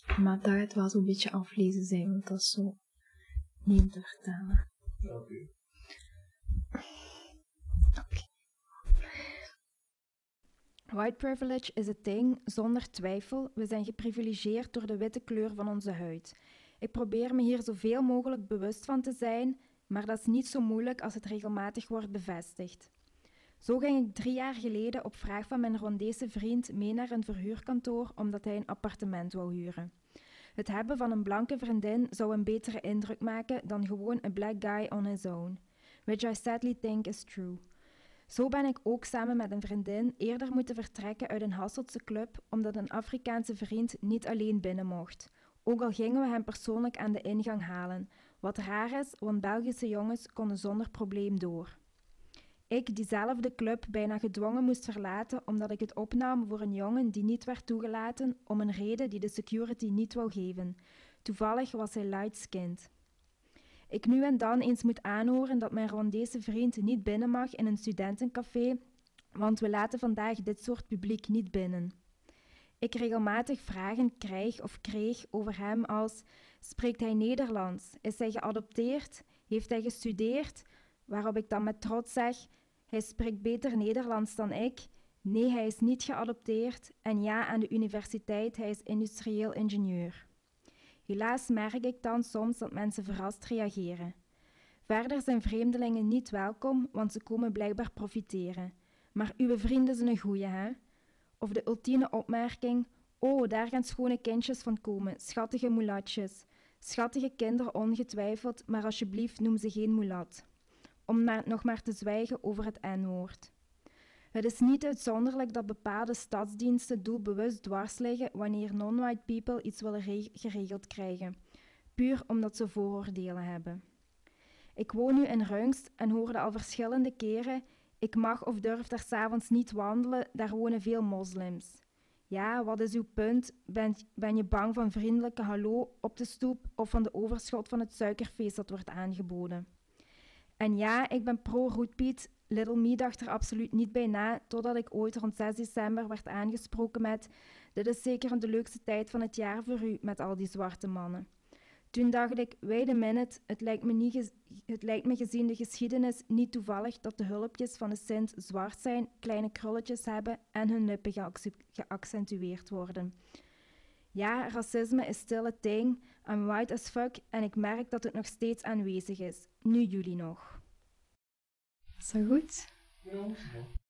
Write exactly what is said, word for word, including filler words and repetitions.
Maar dat het wel zo'n beetje aflezen zijn, want dat is zo niet om te vertellen. Ja, oké. Okay. Okay. White privilege is het ding, zonder twijfel. We zijn geprivilegeerd door de witte kleur van onze huid. Ik probeer me hier zoveel mogelijk bewust van te zijn, maar dat is niet zo moeilijk als het regelmatig wordt bevestigd. Zo ging ik drie jaar geleden op vraag van mijn Rwandese vriend mee naar een verhuurkantoor omdat hij een appartement wou huren. Het hebben van een blanke vriendin zou een betere indruk maken dan gewoon een black guy on his own, which I sadly think is true. Zo ben ik ook samen met een vriendin eerder moeten vertrekken uit een Hasseltse club omdat een Afrikaanse vriend niet alleen binnen mocht. Ook al gingen we hem persoonlijk aan de ingang halen, wat raar is, want Belgische jongens konden zonder probleem door. Ik diezelfde club bijna gedwongen moest verlaten omdat ik het opnam voor een jongen die niet werd toegelaten om een reden die de security niet wou geven. Toevallig was hij light-skinned. Ik nu en dan eens moet aanhoren dat mijn Rwandese vriend niet binnen mag in een studentencafé, want we laten vandaag dit soort publiek niet binnen. Ik regelmatig vragen krijg of kreeg over hem als: spreekt hij Nederlands? Is hij geadopteerd? Heeft hij gestudeerd? Waarop ik dan met trots zeg: hij spreekt beter Nederlands dan ik. Nee, hij is niet geadopteerd. En ja, aan de universiteit, hij is industrieel ingenieur. Helaas merk ik dan soms dat mensen verrast reageren. Verder zijn vreemdelingen niet welkom, want ze komen blijkbaar profiteren. Maar uw vrienden zijn een goeie, hè? Of de ultieme opmerking: oh, daar gaan schone kindjes van komen, schattige moulatjes. Schattige kinderen ongetwijfeld, maar alsjeblieft noem ze geen moulat. Om maar, nog maar te zwijgen over het N-woord. Het is niet uitzonderlijk dat bepaalde stadsdiensten doelbewust dwars liggen wanneer non-white people iets willen re- geregeld krijgen, puur omdat ze vooroordelen hebben. Ik woon nu in Runst en hoorde al verschillende keren: ik mag of durf daar 's avonds niet wandelen, daar wonen veel moslims. Ja, wat is uw punt? Ben, ben je bang van vriendelijke hallo op de stoep of van de overschot van het suikerfeest dat wordt aangeboden? En ja, ik ben pro-Roetpiet. Little Me dacht er absoluut niet bij na, totdat ik ooit rond zes december werd aangesproken met: dit is zeker de leukste tijd van het jaar voor u, met al die zwarte mannen. Toen dacht ik: wait a minute, het lijkt me, niet ge- het lijkt me gezien de geschiedenis niet toevallig dat de hulpjes van de Sint zwart zijn, kleine krulletjes hebben en hun lippen geaccu- geaccentueerd worden. Ja, racisme is still a thing, I'm white as fuck en ik merk dat het nog steeds aanwezig is. Nu jullie nog. Is dat goed? Ja,